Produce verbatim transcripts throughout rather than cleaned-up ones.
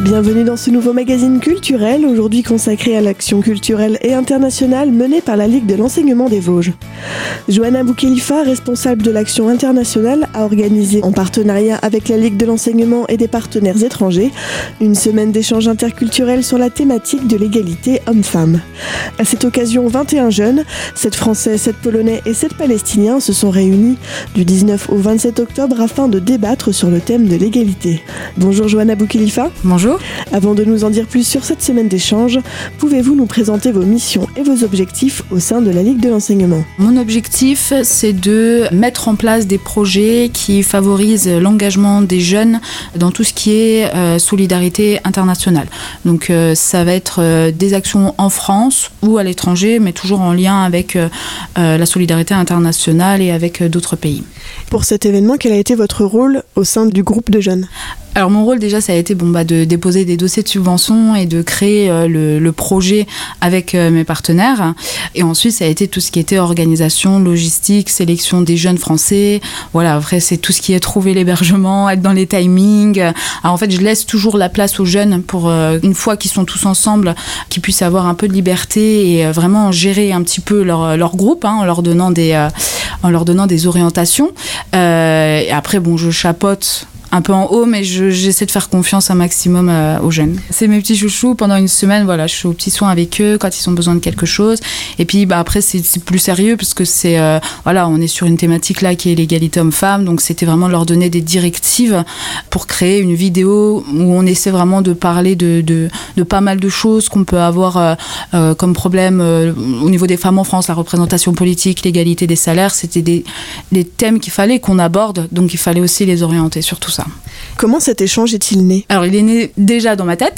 Bienvenue dans ce nouveau magazine culturel, aujourd'hui consacré à l'action culturelle et internationale menée par la Ligue de l'enseignement des Vosges. Johanna Boukhelifa, responsable de l'action internationale, a organisé, en partenariat avec la Ligue de l'enseignement et des partenaires étrangers, une semaine d'échanges interculturels sur la thématique de l'égalité homme-femme. À cette occasion, vingt et un jeunes, sept Français, sept Polonais et sept Palestiniens se sont réunis du dix-neuf au vingt-sept octobre afin de débattre sur le thème de l'égalité. Bonjour Johanna Boukhelifa. Bonjour. Avant de nous en dire plus sur cette semaine d'échange, pouvez-vous nous présenter vos missions et vos objectifs au sein de la Ligue de l'enseignement ? Mon objectif, c'est de mettre en place des projets qui favorisent l'engagement des jeunes dans tout ce qui est euh, solidarité internationale. Donc euh, ça va être euh, des actions en France ou à l'étranger, mais toujours en lien avec euh, euh, la solidarité internationale et avec euh, d'autres pays. Pour cet événement, quel a été votre rôle au sein du groupe de jeunes ? Alors mon rôle déjà ça a été bon, bah, de déposer des dossiers de subvention et de créer euh, le, le projet avec euh, mes partenaires, et ensuite ça a été tout ce qui était organisation, logistique, sélection des jeunes français, voilà, après c'est tout ce qui est trouver l'hébergement, être dans les timings. Alors en fait je laisse toujours la place aux jeunes pour euh, une fois qu'ils sont tous ensemble, qu'ils puissent avoir un peu de liberté et euh, vraiment gérer un petit peu leur, leur groupe, hein, en leur donnant des, euh, en leur donnant des orientations. Euh, et après bon je chapeaute un peu en haut, mais je, j'essaie de faire confiance un maximum euh, aux jeunes. C'est mes petits chouchous. Pendant une semaine, voilà, je suis aux petits soins avec eux quand ils ont besoin de quelque chose. Et puis bah, après, c'est, c'est plus sérieux parce que c'est, euh, voilà, on est sur une thématique là qui est l'égalité homme-femme. Donc c'était vraiment de leur donner des directives pour créer une vidéo où on essaie vraiment de parler de, de, de pas mal de choses qu'on peut avoir euh, euh, comme problème euh, au niveau des femmes en France, la représentation politique, l'égalité des salaires. C'était des, des thèmes qu'il fallait qu'on aborde. Donc il fallait aussi les orienter sur tout ça. Comment cet échange est-il né ? Alors, il est né déjà dans ma tête.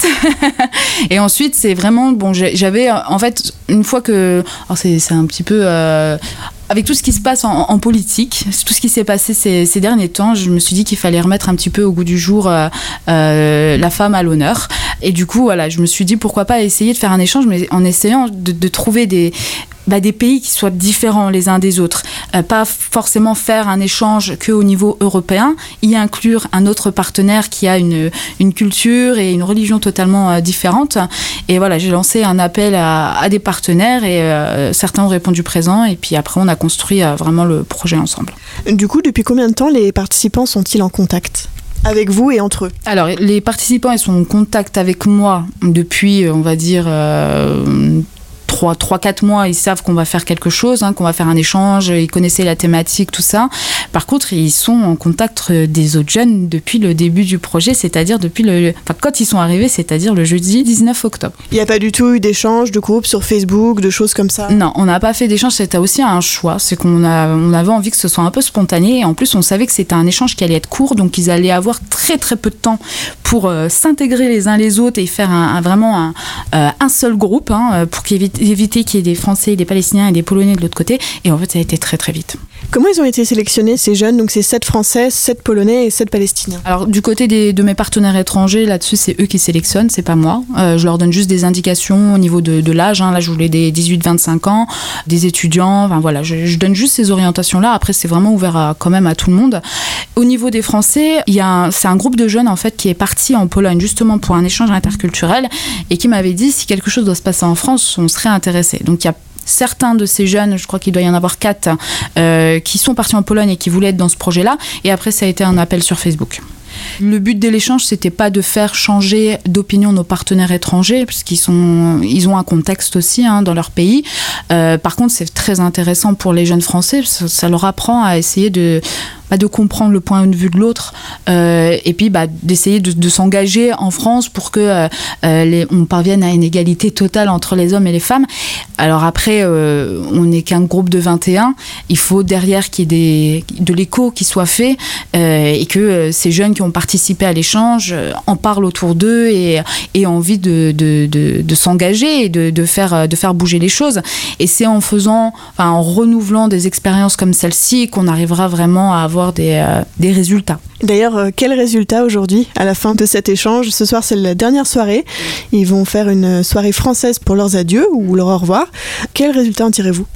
Et ensuite, c'est vraiment... Bon, j'avais... En fait, une fois que... Alors, c'est, c'est un petit peu... Euh, avec tout ce qui se passe en, en politique, tout ce qui s'est passé ces, ces derniers temps, je me suis dit qu'il fallait remettre un petit peu au goût du jour euh, euh, la femme à l'honneur. Et du coup, voilà, je me suis dit pourquoi pas essayer de faire un échange, mais en essayant de, de trouver des... Bah, des pays qui soient différents les uns des autres. Euh, pas forcément faire un échange qu'au niveau européen, y inclure un autre partenaire qui a une, une culture et une religion totalement euh, différente. Et voilà, j'ai lancé un appel à, à des partenaires et euh, certains ont répondu présent. Et puis après, on a construit euh, vraiment le projet ensemble. Du coup, depuis combien de temps les participants sont-ils en contact ? Avec vous et entre eux ? Alors, les participants, ils sont en contact avec moi depuis, on va dire... Euh, trois quatre mois, ils savent qu'on va faire quelque chose, hein, qu'on va faire un échange, ils connaissaient la thématique, tout ça. Par contre, ils sont en contact des autres jeunes depuis le début du projet, c'est-à-dire depuis le... Enfin, quand ils sont arrivés, c'est-à-dire le jeudi dix-neuf octobre. Il n'y a pas du tout eu d'échange de groupe sur Facebook, de choses comme ça ? Non, on n'a pas fait d'échange, c'était aussi un choix. C'est qu'on a, on avait envie que ce soit un peu spontané, et en plus, on savait que c'était un échange qui allait être court, donc ils allaient avoir très très peu de temps pour euh, s'intégrer les uns les autres et faire un, un, vraiment un, euh, un seul groupe, hein, pour qu'éviter éviter qu'il y ait des Français, des Palestiniens et des Polonais de l'autre côté. Et en fait, ça a été très, très vite. Comment ils ont été sélectionnés, ces jeunes ? Donc, c'est sept Français, sept Polonais et sept Palestiniens. Alors, du côté des, de mes partenaires étrangers, là-dessus, c'est eux qui sélectionnent, c'est pas moi. Euh, je leur donne juste des indications au niveau de, de l'âge. Hein. Là, je voulais des dix-huit vingt-cinq ans, des étudiants. Enfin, voilà, je, je donne juste ces orientations-là. Après, c'est vraiment ouvert à, quand même à tout le monde. Au niveau des Français, il y a un, c'est un groupe de jeunes, en fait, qui est parti en Pologne, justement, pour un échange interculturel et qui m'avait dit, si quelque chose doit se passer en France, on serait intéressé. Donc, il y a certains de ces jeunes, je crois qu'il doit y en avoir quatre, euh, qui sont partis en Pologne et qui voulaient être dans ce projet-là. Et après, ça a été un appel sur Facebook. Le but de l'échange, c'était pas de faire changer d'opinion nos partenaires étrangers, puisqu'ils sont, ils ont un contexte aussi, hein, dans leur pays. Euh, par contre, c'est très intéressant pour les jeunes Français, ça, ça leur apprend à essayer de... Bah, de comprendre le point de vue de l'autre, euh, et puis bah, d'essayer de, de s'engager en France pour que euh, les, on parvienne à une égalité totale entre les hommes et les femmes. Alors après, euh, on n'est qu'un groupe de vingt et un, il faut derrière qu'il y ait des, de l'écho qui soit fait, euh, et que euh, ces jeunes qui ont participé à l'échange euh, en parlent autour d'eux et aient envie de, de, de, de s'engager et de, de, faire, de faire bouger les choses. Et c'est en faisant, enfin, en renouvelant des expériences comme celle-ci qu'on arrivera vraiment à avoir Des, euh, des résultats. D'ailleurs, euh, quel résultat aujourd'hui, à la fin de cet échange ? Ce soir, c'est la dernière soirée. Ils vont faire une soirée française pour leurs adieux ou leur au revoir. Quel résultat en tirez-vous ?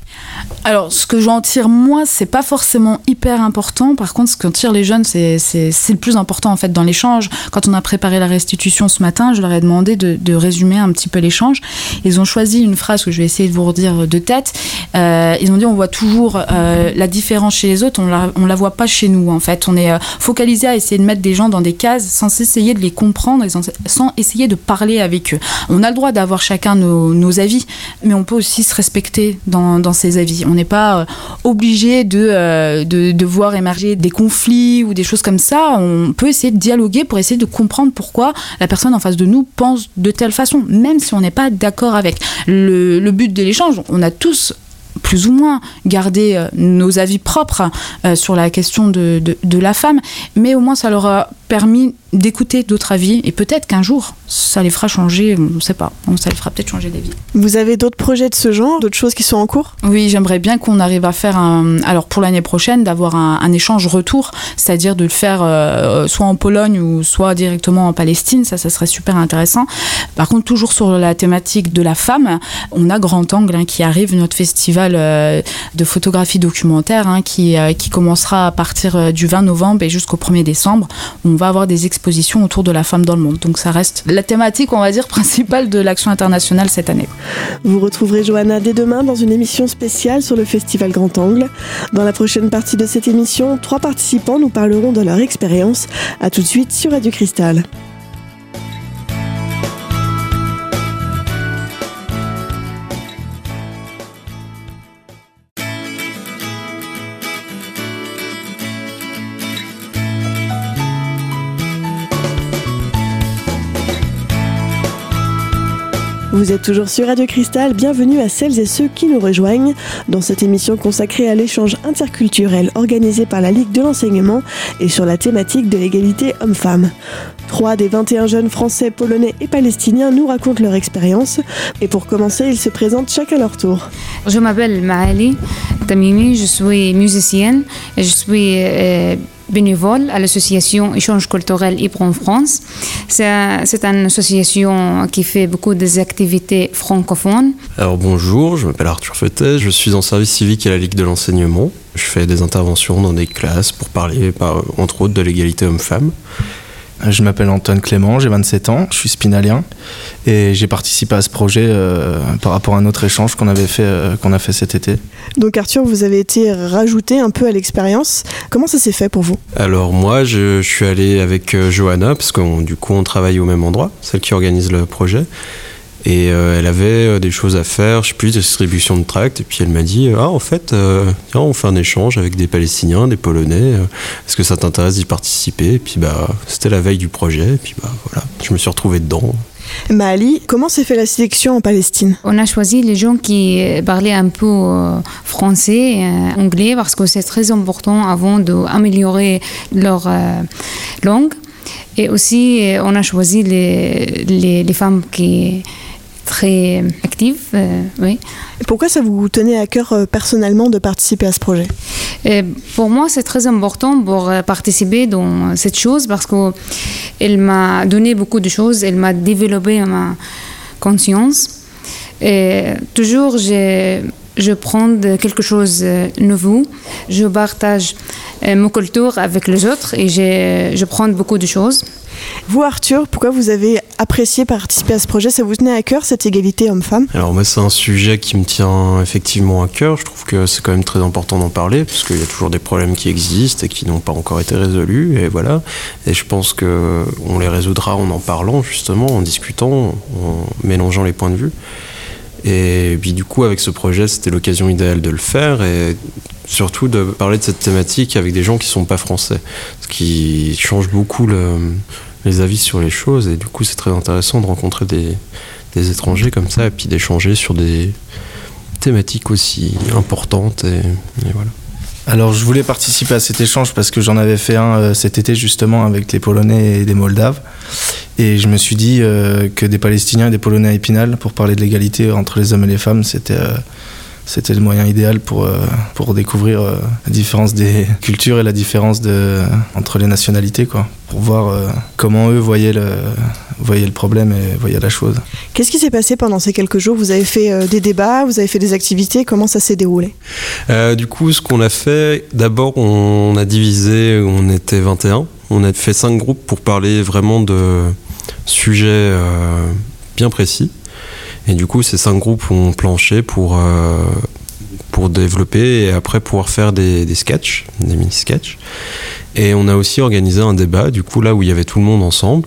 Alors, ce que j'en tire, moi, c'est pas forcément hyper important. Par contre, ce qu'en tirent les jeunes, c'est, c'est, c'est le plus important, en fait, dans l'échange. Quand on a préparé la restitution ce matin, je leur ai demandé de, de résumer un petit peu l'échange. Ils ont choisi une phrase que je vais essayer de vous redire de tête. Euh, ils ont dit, on voit toujours euh, la différence chez les autres, on la, on la voit pas chez nous, en fait. On est euh, focalisé à essayer de mettre des gens dans des cases sans essayer de les comprendre et sans, sans essayer de parler avec eux. On a le droit d'avoir chacun nos, nos avis, mais on peut aussi se respecter dans, dans ces avis. On n'est pas euh, obligé de, euh, de, de voir émerger des conflits ou des choses comme ça. On peut essayer de dialoguer pour essayer de comprendre pourquoi la personne en face de nous pense de telle façon, même si on n'est pas d'accord avec. Le, le but de l'échange, on a tous plus ou moins garder euh, nos avis propres euh, sur la question de, de, de la femme, mais au moins ça leur a permis d'écouter d'autres avis et peut-être qu'un jour ça les fera changer, on ne sait pas, ça les fera peut-être changer d'avis. Vous avez d'autres projets de ce genre, d'autres choses qui sont en cours ? Oui, j'aimerais bien qu'on arrive à faire un, alors pour l'année prochaine, d'avoir un, un échange retour, c'est-à-dire de le faire euh, soit en Pologne ou soit directement en Palestine, ça, ça serait super intéressant. Par contre, toujours sur la thématique de la femme, on a Grand Angle hein, qui arrive, notre festival euh, de photographie documentaire hein, qui, euh, qui commencera à partir du vingt novembre et jusqu'au premier décembre. On va avoir des expositions autour de la femme dans le monde. Donc ça reste la thématique, on va dire, principale de l'action internationale cette année. Vous retrouverez Johanna dès demain dans une émission spéciale sur le Festival Grand Angle. Dans la prochaine partie de cette émission, trois participants nous parleront de leur expérience. À tout de suite sur Radio Cristal. Vous êtes toujours sur Radio Cristal, bienvenue à celles et ceux qui nous rejoignent dans cette émission consacrée à l'échange interculturel organisé par la Ligue de l'enseignement et sur la thématique de l'égalité homme-femme. Trois des vingt et un jeunes français, polonais et palestiniens nous racontent leur expérience et pour commencer, ils se présentent chacun à leur tour. Je m'appelle Maali Tamimi, je suis musicienne et je suis euh, bénévole à l'association Échange culturel Libre en France. C'est, un, c'est une association qui fait beaucoup d'activités francophones. Alors bonjour, je m'appelle Arthur Feutet, je suis en service civique à la Ligue de l'enseignement. Je fais des interventions dans des classes pour parler, par, entre autres, de l'égalité homme-femme. Je m'appelle Antoine Clément, j'ai vingt-sept ans, je suis spinalien et j'ai participé à ce projet euh, par rapport à un autre échange qu'on avait fait, euh, qu'on a fait cet été. Donc Arthur, vous avez été rajouté un peu à l'expérience. Comment ça s'est fait pour vous ? Alors moi, je, je suis allé avec euh, Johanna, parce que du coup on travaille au même endroit, celle qui organise le projet. Et euh, elle avait euh, des choses à faire, je sais plus, distribution de tracts. Et puis elle m'a dit, ah en fait, euh, tiens, on fait un échange avec des Palestiniens, des Polonais. Euh, est-ce que ça t'intéresse d'y participer ? Et puis bah, c'était la veille du projet. Et puis bah voilà, je me suis retrouvé dedans. Maali, comment s'est fait la sélection en Palestine ? On a choisi les gens qui parlaient un peu français, euh, anglais, parce que c'est très important avant d'améliorer leur euh, langue. Et aussi, on a choisi les, les, les femmes qui très active, euh, oui. Pourquoi ça vous tenait à cœur euh, personnellement de participer à ce projet ? Et pour moi, c'est très important pour participer dans cette chose parce qu'elle m'a donné beaucoup de choses, elle m'a développé ma conscience. Et toujours, je, je prends quelque chose de nouveau, je partage ma culture avec les autres et je, je prends beaucoup de choses. Vous, Arthur, pourquoi vous avez apprécié participer à ce projet ? Ça vous tenait à cœur, cette égalité homme-femme ? Alors moi, c'est un sujet qui me tient effectivement à cœur. Je trouve que c'est quand même très important d'en parler, parce qu'il y a toujours des problèmes qui existent et qui n'ont pas encore été résolus, et voilà. Et je pense qu'on les résoudra en en parlant, justement, en discutant, en mélangeant les points de vue. Et puis du coup, avec ce projet, c'était l'occasion idéale de le faire, et surtout de parler de cette thématique avec des gens qui ne sont pas français, ce qui change beaucoup le... les avis sur les choses, et du coup c'est très intéressant de rencontrer des, des étrangers comme ça et puis d'échanger sur des thématiques aussi importantes et, et voilà. Alors je voulais participer à cet échange parce que j'en avais fait un euh, cet été justement avec les Polonais et des Moldaves, et je me suis dit euh, que des Palestiniens et des Polonais à Épinal pour parler de l'égalité entre les hommes et les femmes, c'était, euh, c'était le moyen idéal pour, euh, pour découvrir euh, la différence des cultures et la différence de, entre les nationalités, quoi, pour voir euh, comment eux voyaient le, voyaient le problème et voyaient la chose. Qu'est-ce qui s'est passé pendant ces quelques jours ? Vous avez fait euh, des débats, vous avez fait des activités, comment ça s'est déroulé ? euh, Du coup, ce qu'on a fait, d'abord on a divisé, on était vingt et un, on a fait cinq groupes pour parler vraiment de sujets euh, bien précis. Et du coup, ces cinq groupes ont planché pour, euh, pour développer et après pouvoir faire des, des sketchs, des mini-sketchs. Et on a aussi organisé un débat, du coup, là où il y avait tout le monde ensemble.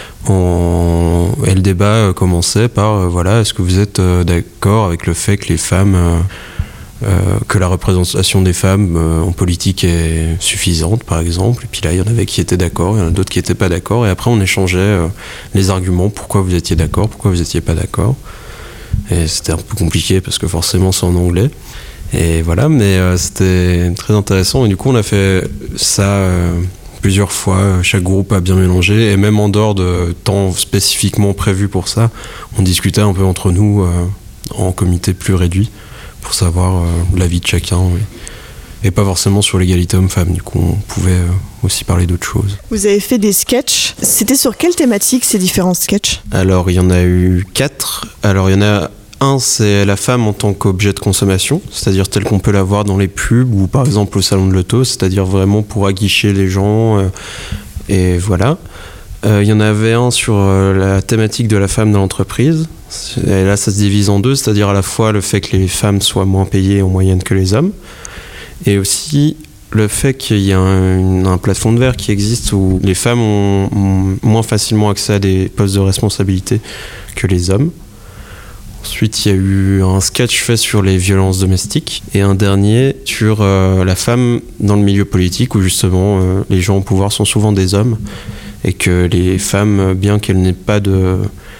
En... Et le débat commençait par, euh, voilà, est-ce que vous êtes euh, d'accord avec le fait que les femmes... Euh, euh, que la représentation des femmes euh, en politique est suffisante, par exemple. Et puis là, il y en avait qui étaient d'accord, il y en a d'autres qui n'étaient pas d'accord. Et après, on échangeait euh, les arguments, pourquoi vous étiez d'accord, pourquoi vous n'étiez pas d'accord. Et c'était un peu compliqué parce que forcément c'est en anglais. Et voilà, mais euh, c'était très intéressant. Et du coup, on a fait ça euh, plusieurs fois. Chaque groupe a bien mélangé. Et même en dehors de temps spécifiquement prévu pour ça, on discutait un peu entre nous euh, en comité plus réduit pour savoir euh, l'avis de chacun. Oui. Et pas forcément sur l'égalité homme-femme. Du coup, on pouvait euh, aussi parler d'autres choses. Vous avez fait des sketchs. C'était sur quelle thématique ces différents sketchs ? Alors, il y en a eu quatre. Alors, il y en a un, c'est la femme en tant qu'objet de consommation, c'est-à-dire tel qu'on peut la voir dans les pubs ou par exemple au salon de l'auto, c'est-à-dire vraiment pour aguicher les gens. Euh, et voilà. Euh, il y en avait un sur euh, la thématique de la femme dans l'entreprise. Et là, ça se divise en deux, c'est-à-dire à la fois le fait que les femmes soient moins payées en moyenne que les hommes, et aussi le fait qu'il y a un, un plafond de verre qui existe où les femmes ont, ont moins facilement accès à des postes de responsabilité que les hommes. Ensuite, il y a eu un sketch fait sur les violences domestiques et un dernier sur euh, la femme dans le milieu politique où justement euh, les gens au pouvoir sont souvent des hommes et que les femmes, bien qu'elles n'aient pas de,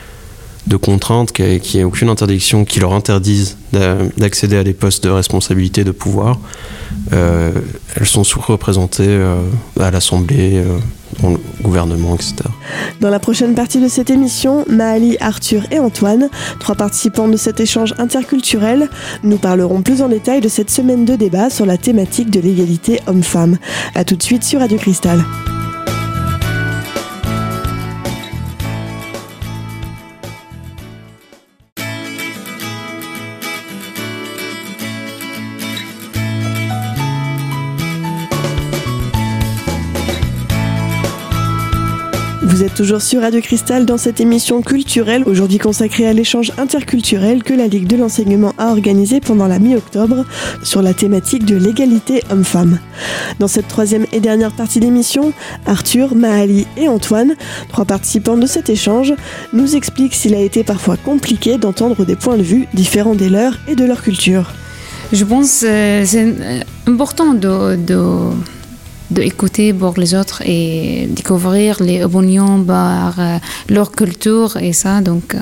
de contraintes, qu'il n'y ait aucune interdiction qui leur interdise d'accéder à des postes de responsabilité, de pouvoir, euh, elles sont sous-représentées euh, à l'Assemblée, euh, dans le gouvernement, et cetera. Dans la prochaine partie de cette émission, Maali, Arthur et Antoine, trois participants de cet échange interculturel, nous parlerons plus en détail de cette semaine de débat sur la thématique de l'égalité homme-femme. A tout de suite sur Radio Cristal. Vous êtes toujours sur Radio Cristal dans cette émission culturelle, aujourd'hui consacrée à l'échange interculturel que la Ligue de l'enseignement a organisé pendant la mi-octobre sur la thématique de l'égalité homme-femme. Dans cette troisième et dernière partie d'émission, Arthur, Maali et Antoine, trois participants de cet échange, nous expliquent s'il a été parfois compliqué d'entendre des points de vue différents des leurs et de leur culture. Je pense que euh, c'est important de... de... d'écouter pour les autres et découvrir les opinions par euh, leur culture et ça. Donc,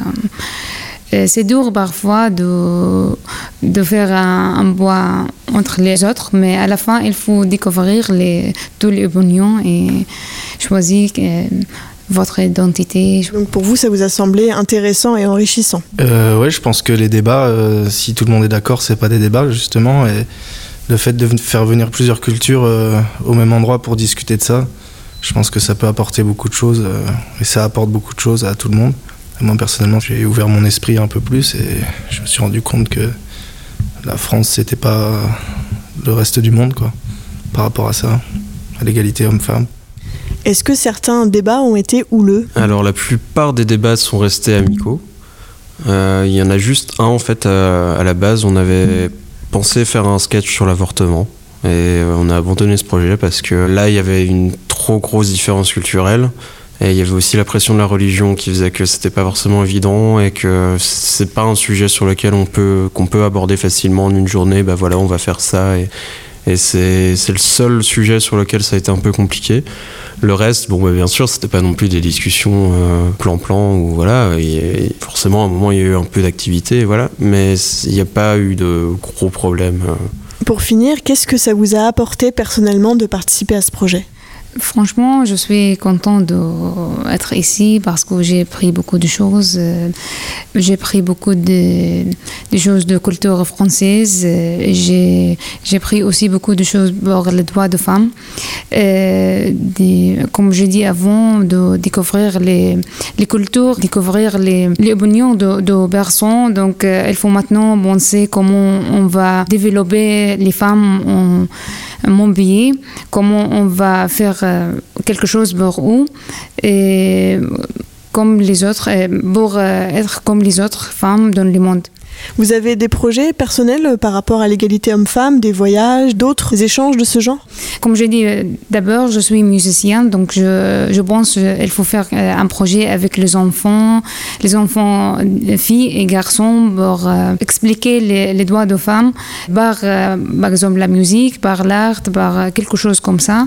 euh, c'est dur parfois de, de faire un, un bois entre les autres, mais à la fin, il faut découvrir les, toutes les opinions et choisir euh, votre identité. Donc pour vous, ça vous a semblé intéressant et enrichissant ? euh, Oui, je pense que les débats, euh, si tout le monde est d'accord, c'est pas des débats, justement. Et le fait de faire venir plusieurs cultures euh, au même endroit pour discuter de ça, je pense que ça peut apporter beaucoup de choses euh, et ça apporte beaucoup de choses à tout le monde. Et moi personnellement, j'ai ouvert mon esprit un peu plus et je me suis rendu compte que la France, c'était pas le reste du monde, quoi, par rapport à ça, à l'égalité homme-femme. Est-ce que certains débats ont été houleux ? Alors la plupart des débats sont restés amicaux. Euh, il y en a juste un en fait à, à la base, on avait pensé faire un sketch sur l'avortement et on a abandonné ce projet parce que là il y avait une trop grosse différence culturelle et il y avait aussi la pression de la religion qui faisait que c'était pas forcément évident et que c'est pas un sujet sur lequel on peut qu'on peut aborder facilement en une journée. Bah voilà, on va faire ça et, et c'est, c'est le seul sujet sur lequel ça a été un peu compliqué. Le reste, bon, bah, bien sûr, c'était pas non plus des discussions euh, plan-plan ou voilà. Et forcément, à un moment, il y a eu un peu d'activité, voilà. Mais il n'y a pas eu de gros problèmes. Pour finir, qu'est-ce que ça vous a apporté personnellement de participer à ce projet ? Franchement, je suis contente d'être ici parce que j'ai appris beaucoup de choses. J'ai appris beaucoup de, de choses de culture française. J'ai, j'ai appris aussi beaucoup de choses sur les droits de femmes. Euh, des, comme je dis avant, de découvrir les, les cultures, découvrir les, les opinions de, de personnes. Donc, euh, il faut maintenant penser comment on va développer les femmes en mon pays, comment on va faire euh, quelque chose pour eux, et comme les autres, pour euh, être comme les autres femmes dans le monde. Vous avez des projets personnels par rapport à l'égalité homme-femme, des voyages, d'autres échanges de ce genre? Comme je dis, d'abord, je suis musicienne, donc je, je pense qu'il faut faire un projet avec les enfants, les enfants, filles et garçons, pour euh, expliquer les, les droits de femmes par, euh, par exemple, la musique, par l'art, par quelque chose comme ça.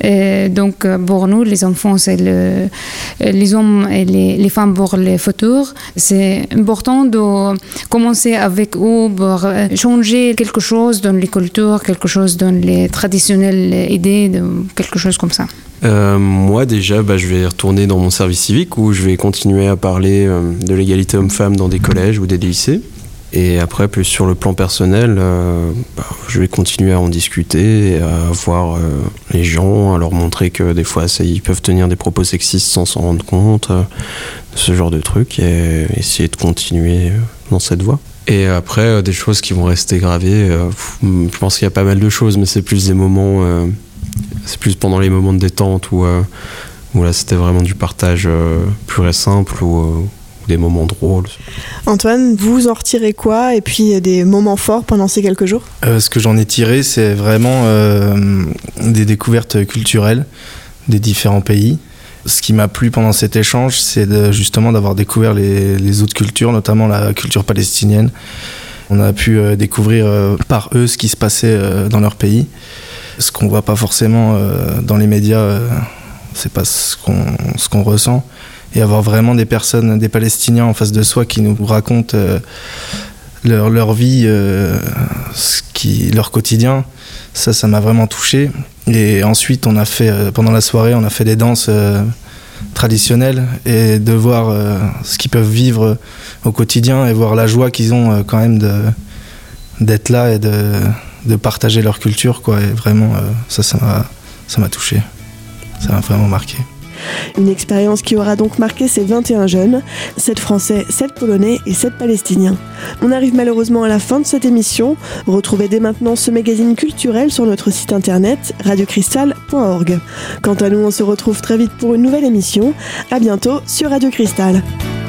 Et donc, pour nous, les enfants, c'est le, les hommes et les, les femmes pour le futur. C'est important de commencer avec eux pour changer quelque chose dans les cultures, quelque chose dans les traditionnelles idées, quelque chose comme ça. Euh, moi déjà, bah, je vais retourner dans mon service civique où je vais continuer à parler euh, de l'égalité homme-femme dans des collèges ou des lycées. Et après, plus sur le plan personnel, euh, bah, je vais continuer à en discuter, à voir euh, les gens, à leur montrer que des fois, ça, ils peuvent tenir des propos sexistes sans s'en rendre compte, euh, ce genre de trucs, et essayer de continuer euh, dans cette voie. Et après, euh, des choses qui vont rester gravées, euh, je pense qu'il y a pas mal de choses, mais c'est plus des moments, euh, c'est plus pendant les moments de détente où, euh, où là, c'était vraiment du partage euh, pur et simple, ou euh, des moments drôles. Antoine, vous en retirez quoi? Et puis des moments forts pendant ces quelques jours? euh, Ce que j'en ai tiré, c'est vraiment euh, des découvertes culturelles des différents pays. Ce qui m'a plu pendant cet échange, c'est de, justement d'avoir découvert les, les autres cultures, notamment la culture palestinienne. On a pu euh, découvrir euh, par eux ce qui se passait euh, dans leur pays. Ce qu'on ne voit pas forcément euh, dans les médias, euh, c'est pas ce qu'on, ce qu'on ressent. Et avoir vraiment des personnes, des Palestiniens en face de soi qui nous racontent euh, leur, leur vie, euh, ce qui, leur quotidien, ça, ça m'a vraiment touché. Et ensuite, on a fait, euh, pendant la soirée, on a fait des danses euh, traditionnelles et de voir euh, ce qu'ils peuvent vivre au quotidien et voir la joie qu'ils ont euh, quand même de, d'être là et de, de partager leur culture, quoi. Et vraiment, euh, ça, ça m'a, ça m'a touché. Ça m'a vraiment marqué. Une expérience qui aura donc marqué ces vingt et un jeunes, sept Français, sept Polonais et sept Palestiniens. On arrive malheureusement à la fin de cette émission. Retrouvez dès maintenant ce magazine culturel sur notre site internet radio cristal point org. Quant à nous, on se retrouve très vite pour une nouvelle émission. À bientôt sur Radio Cristal.